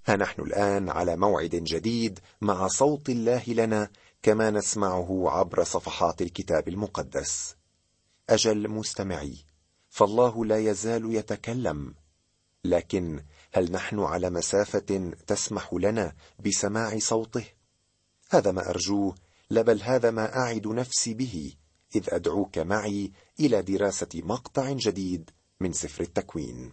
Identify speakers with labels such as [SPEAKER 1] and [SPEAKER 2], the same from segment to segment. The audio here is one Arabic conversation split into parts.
[SPEAKER 1] ها نحن الآن على موعد جديد مع صوت الله لنا كما نسمعه عبر صفحات الكتاب المقدس. أجل مستمعي، فالله لا يزال يتكلم، لكن هل نحن على مسافة تسمح لنا بسماع صوته؟ هذا ما أرجوه، لا بل هذا ما أعد نفسي به إذ أدعوك معي إلى دراسة مقطع جديد من سفر التكوين.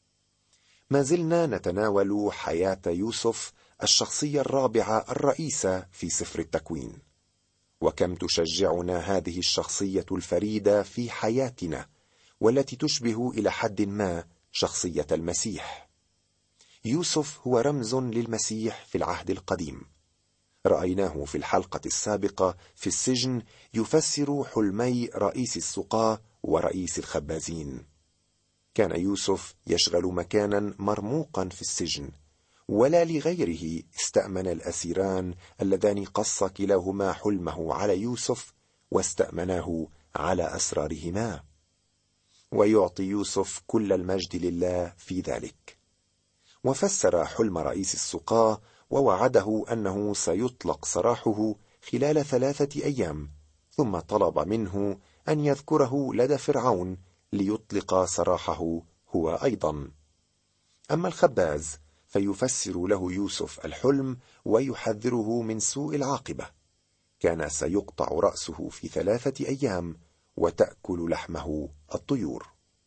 [SPEAKER 1] ما زلنا نتناول حياة يوسف، الشخصية الرابعة الرئيسة في سفر التكوين. وكم تشجعنا هذه الشخصية الفريدة في حياتنا، والتي تشبه إلى حد ما شخصية المسيح. يوسف هو رمز للمسيح في العهد القديم. رأيناه في الحلقة السابقة في السجن يفسر حلمي رئيس السقاة ورئيس الخبازين. كان يوسف يشغل مكانا مرموقا في السجن، ولا لغيره استأمن الأسيران اللذان قص كلاهما حلمه على يوسف واستأمناه على أسرارهما. ويعطي يوسف كل المجد لله في ذلك. وفسر حلم رئيس السقاة ووعده أنه سيطلق سراحه خلال 3 أيام، ثم طلب منه أن يذكره لدى فرعون ليطلق سراحه هو أيضا. أما الخباز فيفسر له يوسف الحلم ويحذره من سوء العاقبة. كان سيقطع رأسه في 3 أيام وتأكل لحمه الطيور.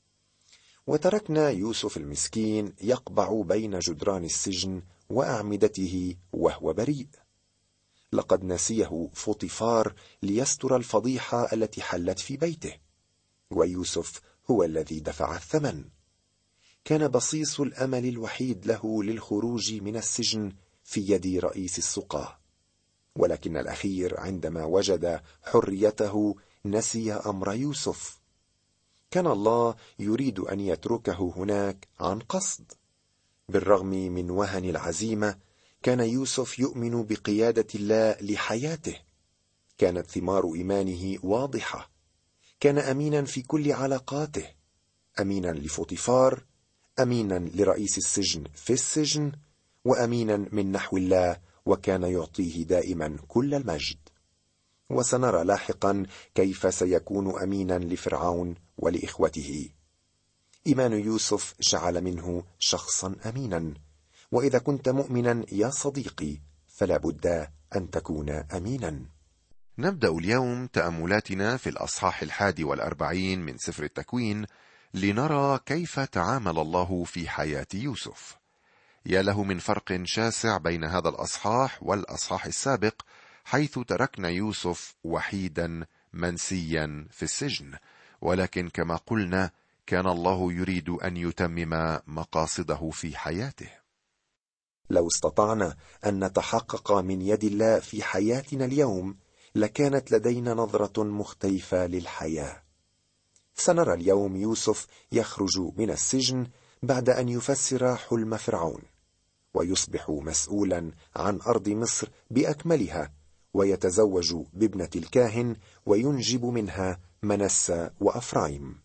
[SPEAKER 1] وتركنا يوسف المسكين يقبع بين جدران السجن وأعمدته وهو بريء. لقد نسيه فوطيفار ليستر الفضيحة التي حلت في بيته، ويوسف هو الذي دفع الثمن. كان بصيص الأمل الوحيد له للخروج من السجن في يد رئيس السقاة، ولكن الأخير عندما وجد حريته نسي أمر يوسف. كان الله يريد أن يتركه هناك عن قصد. بالرغم من وهن العزيمة، كان يوسف يؤمن بقيادة الله لحياته. كانت ثمار إيمانه واضحة. كان أمينا في كل علاقاته، أمينا لفوطيفار، أمينا لرئيس السجن في السجن، وأمينا من نحو الله، وكان يعطيه دائما كل المجد. وسنرى لاحقا كيف سيكون أمينا لفرعون ولإخوته. إيمان يوسف جعل منه شخصا أمينا، وإذا كنت مؤمنا يا صديقي فلا بد أن تكون أمينا.
[SPEAKER 2] نبدأ اليوم تأملاتنا في الأصحاح 41 من سفر التكوين لنرى كيف تعامل الله في حياة يوسف. يا له من فرق شاسع بين هذا الأصحاح والأصحاح السابق، حيث تركنا يوسف وحيدا منسيا في السجن، ولكن كما قلنا كان الله يريد أن يتمم مقاصده في حياته.
[SPEAKER 1] لو استطعنا أن نتحقق من يد الله في حياتنا اليوم لكانت لدينا نظرة مختلفة للحياة. سنرى اليوم يوسف يخرج من السجن بعد أن يفسر حلم فرعون، ويصبح مسؤولا عن أرض مصر بأكملها، ويتزوج بابنة الكاهن وينجب منها منسى وأفرايم.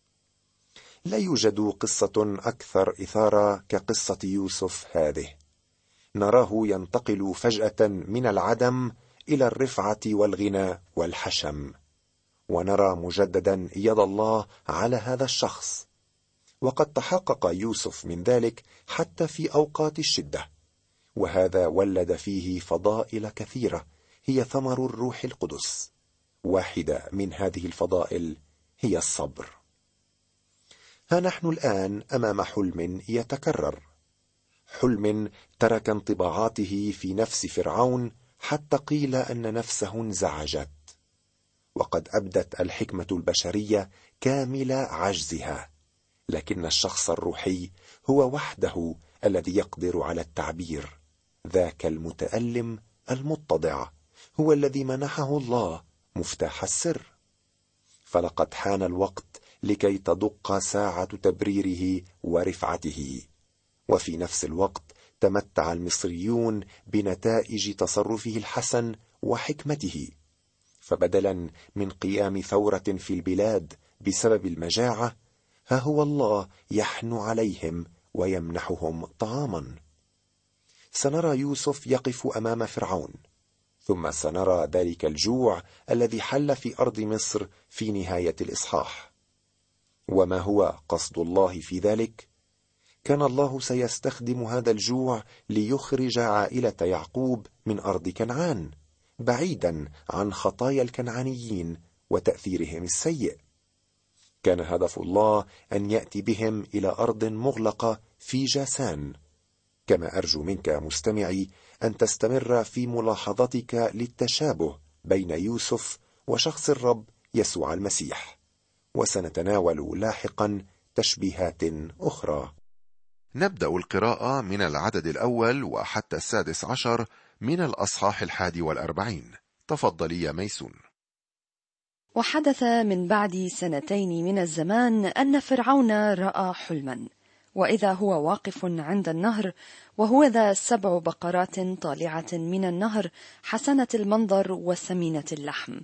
[SPEAKER 1] لا يوجد قصة أكثر إثارة كقصة يوسف هذه. نراه ينتقل فجأة من العدم إلى الرفعة والغنى والحشم، ونرى مجددا يد الله على هذا الشخص. وقد تحقق يوسف من ذلك حتى في أوقات الشدة، وهذا ولد فيه فضائل كثيرة هي ثمر الروح القدس. واحدة من هذه الفضائل هي الصبر. ها نحن الآن أمام حلم يتكرر، حلم ترك انطباعاته في نفس فرعون حتى قيل أن نفسه انزعجت. وقد أبدت الحكمة البشرية كامل عجزها، لكن الشخص الروحي هو وحده الذي يقدر على التعبير. ذاك المتألم المتضع هو الذي منحه الله مفتاح السر. فلقد حان الوقت لكي تدق ساعة تبريره ورفعته. وفي نفس الوقت تمتع المصريون بنتائج تصرفه الحسن وحكمته، فبدلا من قيام ثورة في البلاد بسبب المجاعة، ها هو الله يحن عليهم ويمنحهم طعاما. سنرى يوسف يقف أمام فرعون، ثم سنرى ذلك الجوع الذي حل في أرض مصر في نهاية الإصحاح. وما هو قصد الله في ذلك؟ كان الله سيستخدم هذا الجوع ليخرج عائلة يعقوب من أرض كنعان، بعيدا عن خطايا الكنعانيين وتأثيرهم السيء. كان هدف الله أن يأتي بهم إلى أرض مغلقة في جاسان. كما أرجو منك مستمعي أن تستمر في ملاحظتك للتشابه بين يوسف وشخص الرب يسوع المسيح، وسنتناول لاحقا تشبيهات أخرى.
[SPEAKER 2] نبدأ القراءة من العدد الأول وحتى 16 من الأصحاح 41. تفضلي يا ميسون.
[SPEAKER 3] وحدث من بعد 2 من الزمان أن فرعون رأى حلما، وإذا هو واقف عند النهر، وهوذا 7 بقرات طالعة من النهر حسنة المنظر وسمينة اللحم،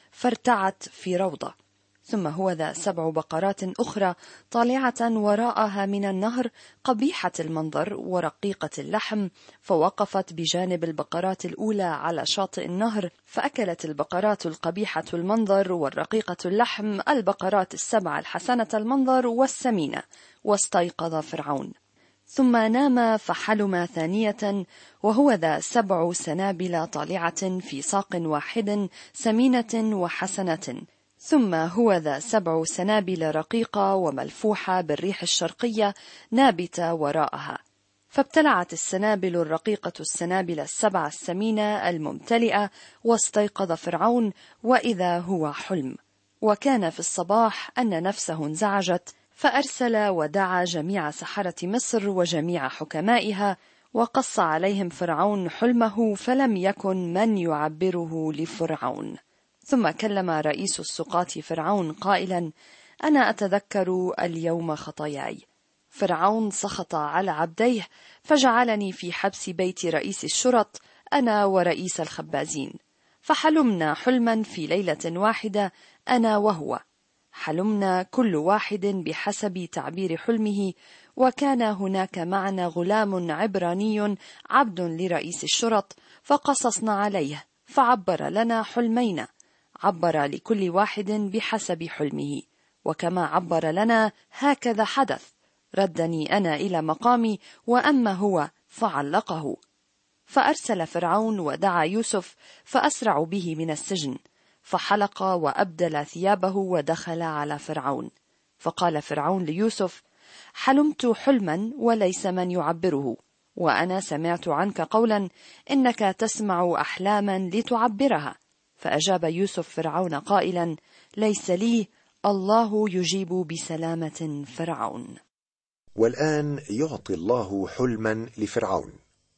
[SPEAKER 3] فارتعت في روضة. ثم هوذا 7 بقرات أخرى طالعة وراءها من النهر قبيحة المنظر ورقيقة اللحم، فوقفت بجانب البقرات الأولى على شاطئ النهر، فأكلت البقرات القبيحة المنظر والرقيقة اللحم البقرات 7 الحسنة المنظر والسمينة، واستيقظ فرعون. ثم نام فحلم ثانية، وهوذا 7 سنابل طالعة في ساق واحد سمينة وحسنة، ثم هوذا 7 سنابل رقيقة وملفوحة بالريح الشرقية نابتة وراءها، فابتلعت السنابل الرقيقة السنابل 7 السمينة الممتلئة، واستيقظ فرعون وإذا هو حلم. وكان في الصباح أن نفسه انزعجت، فأرسل ودعا جميع سحرة مصر وجميع حكمائها، وقص عليهم فرعون حلمه، فلم يكن من يعبره لفرعون. ثم كلم رئيس السقاة فرعون قائلا: أنا أتذكر اليوم خطاياي. فرعون سخط على عبديه، فجعلني في حبس بيت رئيس الشرط أنا ورئيس الخبازين، فحلمنا حلما في ليلة واحدة أنا وهو، حلمنا كل واحد بحسب تعبير حلمه. وكان هناك معنا غلام عبراني عبد لرئيس الشرط، فقصصنا عليه فعبر لنا حلمين، عبر لكل واحد بحسب حلمه، وكما عبر لنا هكذا حدث. ردني أنا إلى مقامي، وأما هو فعلقه. فأرسل فرعون ودعا يوسف، فأسرع به من السجن، فحلق وأبدل ثيابه ودخل على فرعون. فقال فرعون ليوسف: حلمت حلما وليس من يعبره، وأنا سمعت عنك قولا إنك تسمع أحلاما لتعبرها. فأجاب يوسف فرعون قائلا: ليس لي، الله يجيب بسلامة فرعون.
[SPEAKER 1] والآن يعطي الله حلما لفرعون.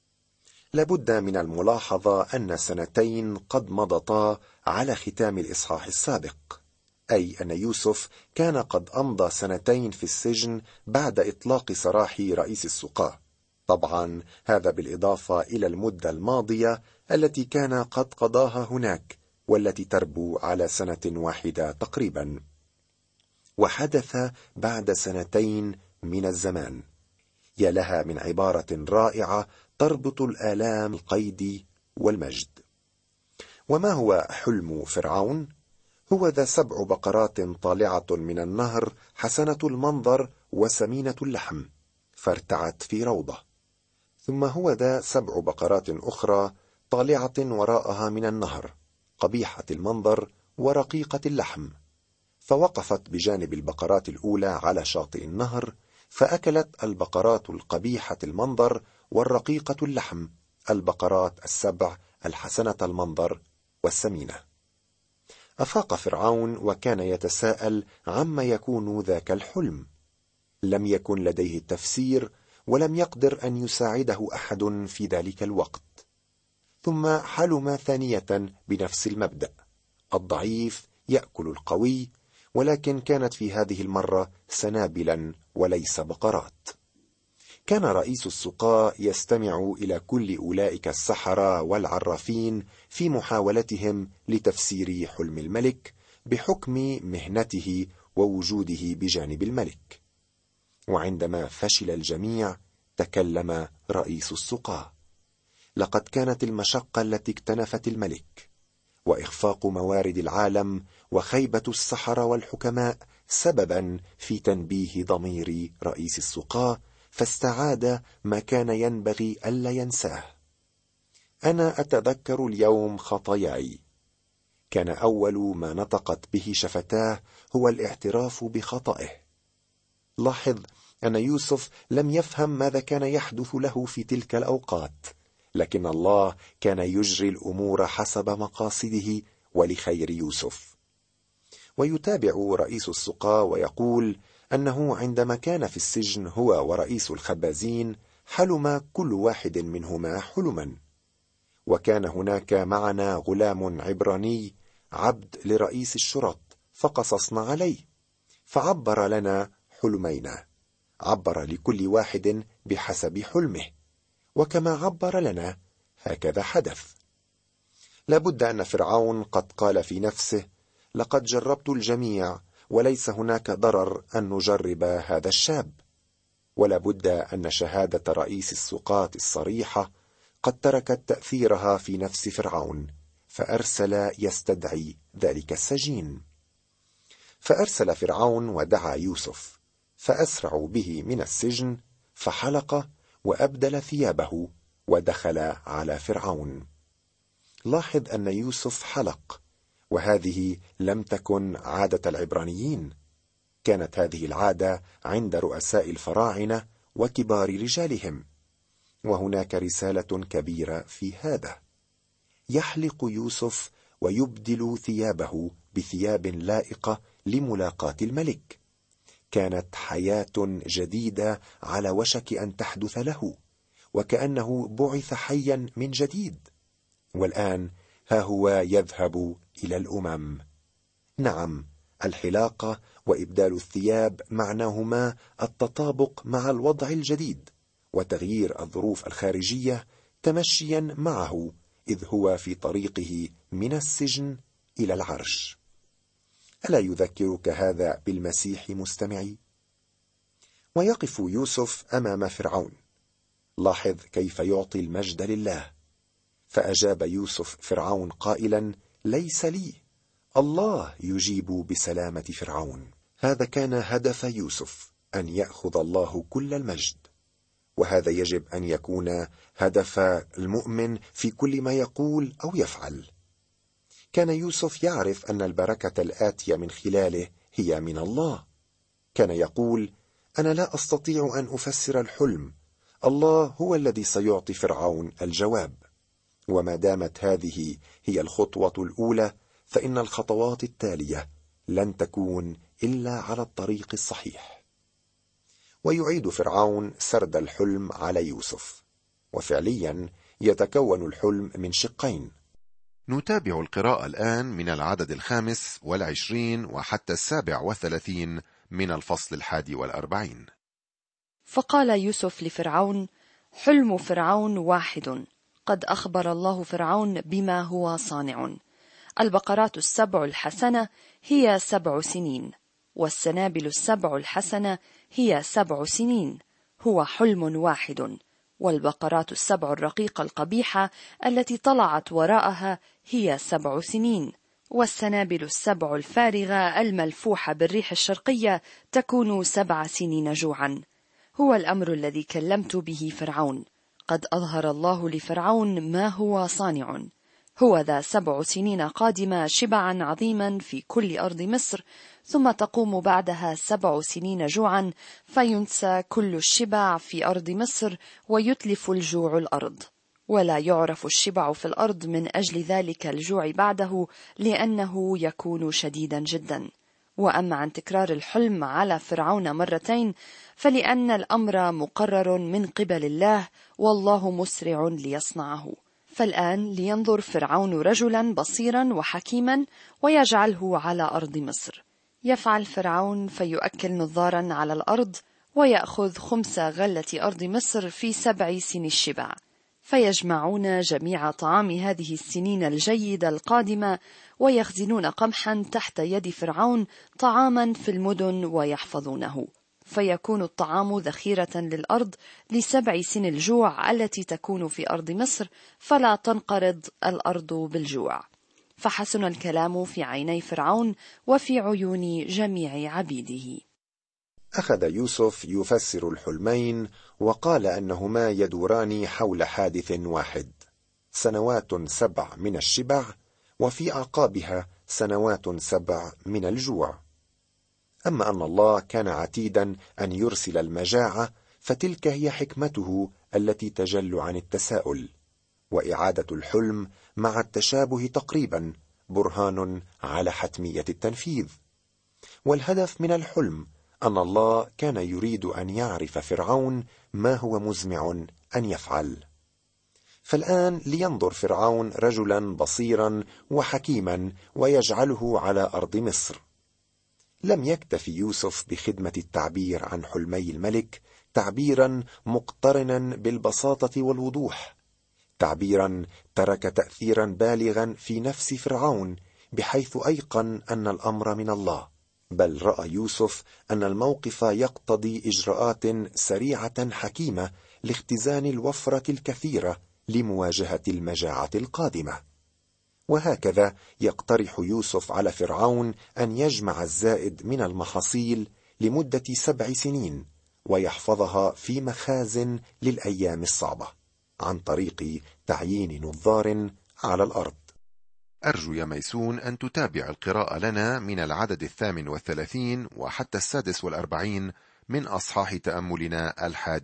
[SPEAKER 1] لابد من الملاحظة أن 2 قد مضتا على ختام الإصحاح السابق، أي أن يوسف كان قد أمضى 2 في السجن بعد إطلاق سراح رئيس السقاة. طبعا هذا بالإضافة إلى المدة الماضية التي كان قد قضاها هناك، والتي تربو على 1 تقريبا. وحدث بعد 2 من الزمان. يا لها من عبارة رائعة تربط الآلام القيد والمجد. وما هو حلم فرعون؟ هو ذا 7 بقرات طالعة من النهر حسنة المنظر وسمينة اللحم، فارتعت في روضة. ثم هو ذا 7 بقرات أخرى طالعة وراءها من النهر قبيحة المنظر ورقيقة اللحم، فوقفت بجانب البقرات الأولى على شاطئ النهر، فأكلت البقرات القبيحة المنظر والرقيقة اللحم البقرات 7 الحسنة المنظر والسمينة. أفاق فرعون وكان يتساءل عما يكون ذاك الحلم. لم يكن لديه تفسير، ولم يقدر أن يساعده أحد في ذلك الوقت. ثم حلم ثانية بنفس المبدأ: الضعيف يأكل القوي، ولكن كانت في هذه المرة سنابلا وليس بقرات. كان رئيس السقاة يستمع إلى كل أولئك السحرة والعرافين في محاولتهم لتفسير حلم الملك بحكم مهنته ووجوده بجانب الملك. وعندما فشل الجميع تكلم رئيس السقاة. لقد كانت المشقة التي اكتنفت الملك وإخفاق موارد العالم وخيبة السحرة والحكماء سببا في تنبيه ضمير رئيس السقاة، فاستعاد ما كان ينبغي ألا ينساه. أنا أتذكر اليوم خطاياي. كان أول ما نطقت به شفتاه هو الاعتراف بخطئه. لاحظ أن يوسف لم يفهم ماذا كان يحدث له في تلك الأوقات، لكن الله كان يجري الأمور حسب مقاصده ولخير يوسف. ويتابع رئيس السقاة ويقول أنه عندما كان في السجن هو ورئيس الخبازين حلم كل واحد منهما حلما. وكان هناك معنا غلام عبراني عبد لرئيس الشرط، فقصصنا عليه فعبر لنا حلمينا، عبر لكل واحد بحسب حلمه، وكما عبر لنا هكذا حدث. لابد أن فرعون قد قال في نفسه: لقد جربت الجميع وليس هناك ضرر أن نجرب هذا الشاب. ولابد أن شهادة رئيس السقاة الصريحة قد تركت تأثيرها في نفس فرعون، فأرسل يستدعي ذلك السجين. فأرسل فرعون ودعا يوسف، فأسرعوا به من السجن، فحلق وأبدل ثيابه ودخل على فرعون. لاحظ أن يوسف حلق، وهذه لم تكن عادة العبرانيين. كانت هذه العادة عند رؤساء الفراعنة وكبار رجالهم. وهناك رسالة كبيرة في هذا. يحلق يوسف ويبدل ثيابه بثياب لائقة لملاقاة الملك. كانت حياة جديدة على وشك أن تحدث له، وكأنه بعث حيا من جديد. والآن ها هو يذهب إلى الأمم. نعم، الحلاقة وإبدال الثياب معناهما التطابق مع الوضع الجديد وتغيير الظروف الخارجية تمشيا معه، إذ هو في طريقه من السجن إلى العرش. ألا يذكرك هذا بالمسيح مستمعي؟ ويقف يوسف أمام فرعون. لاحظ كيف يعطي المجد لله. فأجاب يوسف فرعون قائلا: ليس لي، الله يجيب بسلامة فرعون. هذا كان هدف يوسف، أن يأخذ الله كل المجد. وهذا يجب أن يكون هدف المؤمن في كل ما يقول أو يفعل. كان يوسف يعرف أن البركة الآتية من خلاله هي من الله. كان يقول: أنا لا أستطيع أن أفسر الحلم، الله هو الذي سيعطي فرعون الجواب. وما دامت هذه هي الخطوة الأولى، فإن الخطوات التالية لن تكون إلا على الطريق الصحيح. ويعيد فرعون سرد الحلم على يوسف، وفعليا يتكون الحلم من شقين.
[SPEAKER 2] نتابع القراءة الآن من العدد 25 وحتى 37 من الفصل 41.
[SPEAKER 3] فقال يوسف لفرعون: حلم فرعون واحد، قد أخبر الله فرعون بما هو صانع. البقرات 7 الحسنة هي 7 سنين، والسنابل 7 الحسنة هي 7 سنين، هو حلم واحد. والبقرات 7 الرقيقة القبيحة التي طلعت وراءها هي 7 سنين، والسنابل 7 الفارغة الملفوحة بالريح الشرقية تكون 7 سنين جوعا. هو الأمر الذي كلمت به فرعون. قد أظهر الله لفرعون ما هو صانع. هو ذا 7 سنين قادمة شبعا عظيما في كل أرض مصر، ثم تقوم بعدها 7 سنين جوعا، فينسى كل الشبع في أرض مصر، ويتلف الجوع الأرض، ولا يعرف الشبع في الأرض من أجل ذلك الجوع بعده، لأنه يكون شديدا جدا. وأما عن تكرار الحلم على فرعون مرتين، فلأن الأمر مقرر من قبل الله، والله مسرع ليصنعه. فالآن لينظر فرعون رجلا بصيرا وحكيما، ويجعله على أرض مصر. يفعل فرعون فيؤكل نظارا على الأرض، ويأخذ 5 غلة أرض مصر في 7 سنين الشبع، فيجمعون جميع طعام هذه السنين الجيدة القادمة، ويخزنون قمحا تحت يد فرعون طعاما في المدن ويحفظونه. فيكون الطعام ذخيرة للأرض ل7 سنين الجوع التي تكون في أرض مصر، فلا تنقرض الأرض بالجوع. فحسن الكلام في عيني فرعون وفي عيون جميع عبيده.
[SPEAKER 1] أخذ يوسف يفسر الحلمين، وقال أنهما يدوران حول حادث واحد: سنوات 7 من الشبع، وفي أعقابها سنوات 7 من الجوع. أما أن الله كان عتيدا أن يرسل المجاعة، فتلك هي حكمته التي تجل عن التساؤل. وإعادة الحلم مع التشابه تقريبا برهان على حتمية التنفيذ. والهدف من الحلم أن الله كان يريد أن يعرف فرعون ما هو مزمع أن يفعل. فالآن لينظر فرعون رجلا بصيرا وحكيما ويجعله على أرض مصر. لم يكتف يوسف بخدمة التعبير عن حلمي الملك تعبيرا مقترنا بالبساطة والوضوح، تعبيرا ترك تأثيرا بالغا في نفس فرعون، بحيث أيقن أن الأمر من الله. بل رأى يوسف أن الموقف يقتضي إجراءات سريعة حكيمة لاختزان الوفرة الكثيرة لمواجهة المجاعة القادمة. وهكذا يقترح يوسف على فرعون أن يجمع الزائد من المحاصيل لمدة 7 سنين، ويحفظها في مخازن للأيام الصعبة، عن طريق تعيين نظار على الأرض.
[SPEAKER 2] أرجو يا ميسون أن تتابع القراءة لنا من العدد 38 وحتى 46 من أصحاح تأملنا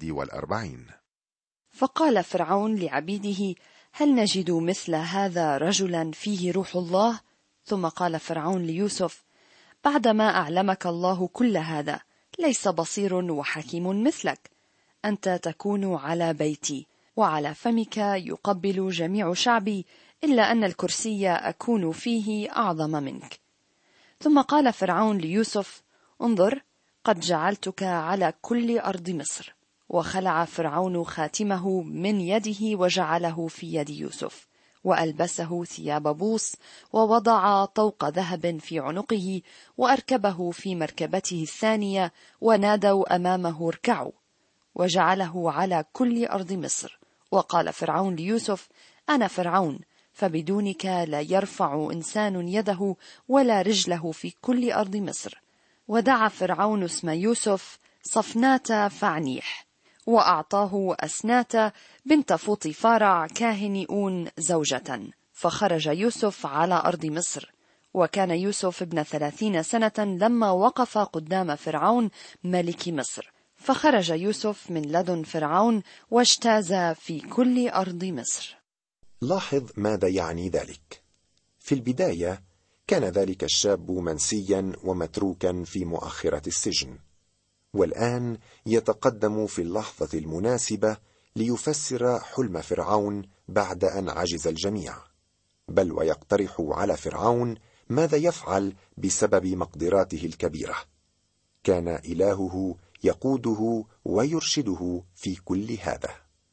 [SPEAKER 2] 41.
[SPEAKER 3] فقال فرعون لعبيده: هل نجد مثل هذا رجلا فيه روح الله؟ ثم قال فرعون ليوسف: بعدما أعلمك الله كل هذا، ليس بصير وحكيم مثلك. أنت تكون على بيتي، وعلى فمك يقبل جميع شعبي، إلا أن الكرسي أكون فيه أعظم منك. ثم قال فرعون ليوسف: انظر، قد جعلتك على كل أرض مصر. وخلع فرعون خاتمه من يده وجعله في يد يوسف، وألبسه ثياب بوص، ووضع طوق ذهب في عنقه، وأركبه في مركبته الثانية، ونادوا أمامه: اركعوا. وجعله على كل أرض مصر. وقال فرعون ليوسف: أنا فرعون، فبدونك لا يرفع إنسان يده ولا رجله في كل أرض مصر. ودعا فرعون اسم يوسف صفنات فعنيح، وأعطاه أسنات بنت فوطيفار كاهن أون زوجة. فخرج يوسف على أرض مصر، وكان يوسف ابن 30 سنة لما وقف قدام فرعون ملك مصر. فخرج يوسف من لدن فرعون واجتاز في كل أرض مصر.
[SPEAKER 1] لاحظ ماذا يعني ذلك. في البداية كان ذلك الشاب منسيا ومتروكا في مؤخرة السجن، والآن يتقدم في اللحظة المناسبة ليفسر حلم فرعون بعد أن عجز الجميع، بل ويقترح على فرعون ماذا يفعل بسبب مقدراته الكبيرة. كان إلهه يقوده ويرشده في كل هذا.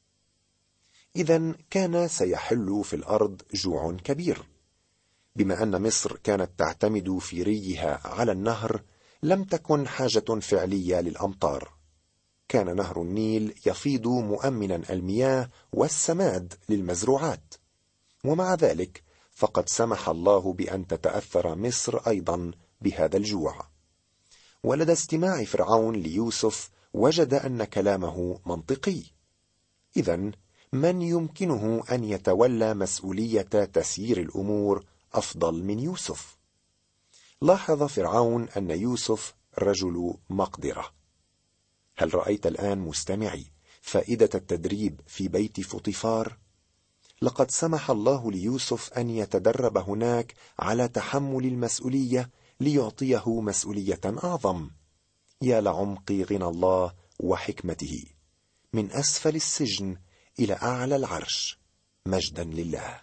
[SPEAKER 1] إذن كان سيحل في الأرض جوع كبير. بما أن مصر كانت تعتمد في ريها على النهر، لم تكن حاجة فعلية للأمطار. كان نهر النيل يفيض مؤمنا المياه والسماد للمزروعات، ومع ذلك فقد سمح الله بأن تتأثر مصر أيضا بهذا الجوع. ولدى استماع فرعون ليوسف وجد أن كلامه منطقي. إذن من يمكنه أن يتولى مسؤولية تسيير الأمور أفضل من يوسف؟ لاحظ فرعون أن يوسف رجل مقدرة. هل رأيت الآن مستمعي فائدة التدريب في بيت فوطيفار؟ لقد سمح الله ليوسف أن يتدرب هناك على تحمل المسؤولية ليعطيه مسؤولية أعظم. يا لعمق غنى الله وحكمته، من أسفل السجن إلى أعلى العرش، مجدا لله.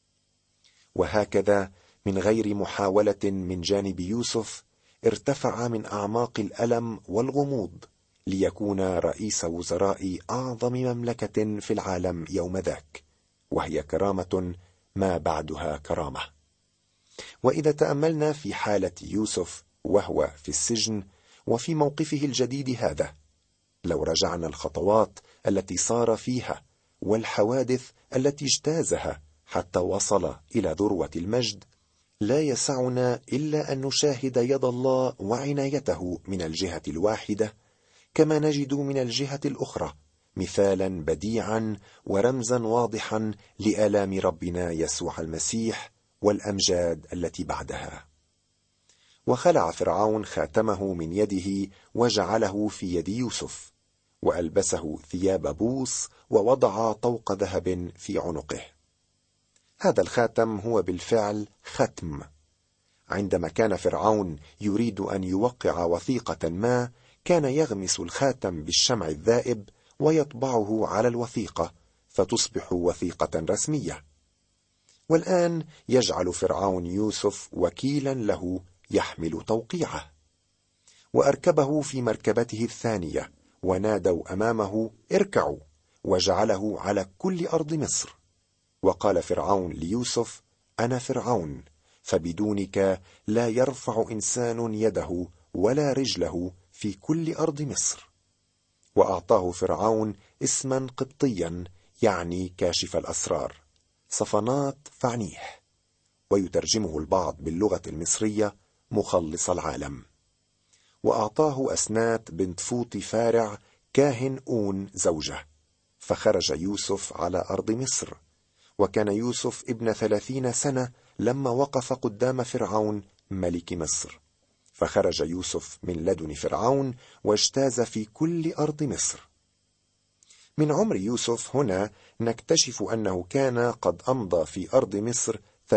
[SPEAKER 1] وهكذا من غير محاولة من جانب يوسف ارتفع من أعماق الألم والغموض ليكون رئيس وزراء أعظم مملكة في العالم يوم ذاك، وهي كرامة ما بعدها كرامة. وإذا تأملنا في حالة يوسف وهو في السجن، وفي موقفه الجديد هذا. لو رجعنا الخطوات التي صار فيها والحوادث التي اجتازها حتى وصل إلى ذروة المجد، لا يسعنا إلا أن نشاهد يد الله وعنايته من الجهة الواحدة، كما نجد من الجهة الأخرى مثالا بديعا ورمزا واضحا لآلام ربنا يسوع المسيح والأمجاد التي بعدها. وخلع فرعون خاتمه من يده وجعله في يد يوسف، وألبسه ثياب بوص ووضع طوق ذهب في عنقه. هذا الخاتم هو بالفعل ختم. عندما كان فرعون يريد أن يوقع وثيقة ما، كان يغمس الخاتم بالشمع الذائب ويطبعه على الوثيقة فتصبح وثيقة رسمية. والآن يجعل فرعون يوسف وكيلا له يحمل توقيعه. وأركبه في مركبته الثانية ونادوا أمامه: اركعوا، وجعله على كل أرض مصر. وقال فرعون ليوسف: أنا فرعون، فبدونك لا يرفع إنسان يده ولا رجله في كل أرض مصر. وأعطاه فرعون اسما قبطيا يعني كاشف الأسرار، صفنات فعنيح، ويترجمه البعض باللغة المصرية مخلص العالم. وأعطاه أسنات بنت فوط فارع كاهن أون زوجة، فخرج يوسف على أرض مصر. وكان يوسف ابن 30 سنة لما وقف قدام فرعون ملك مصر، فخرج يوسف من لدن فرعون واجتاز في كل أرض مصر. من عمر يوسف هنا نكتشف أنه كان قد أمضى في أرض مصر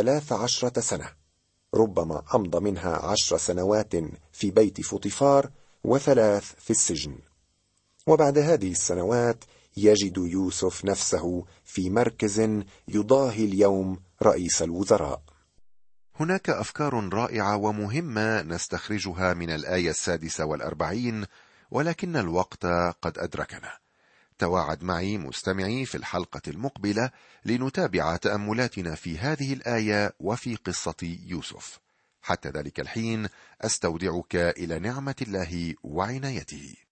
[SPEAKER 1] 13 سنة، ربما أمضى منها 10 سنوات في بيت فوطيفار و3 في السجن. وبعد هذه السنوات يجد يوسف نفسه في مركز يضاهي اليوم رئيس الوزراء.
[SPEAKER 2] هناك أفكار رائعة ومهمة نستخرجها من الآية 46، ولكن الوقت قد أدركنا. تواعد معي مستمعي في الحلقة المقبلة لنتابع تأملاتنا في هذه الآية وفي قصة يوسف. حتى ذلك الحين أستودعك إلى نعمة الله وعنايته.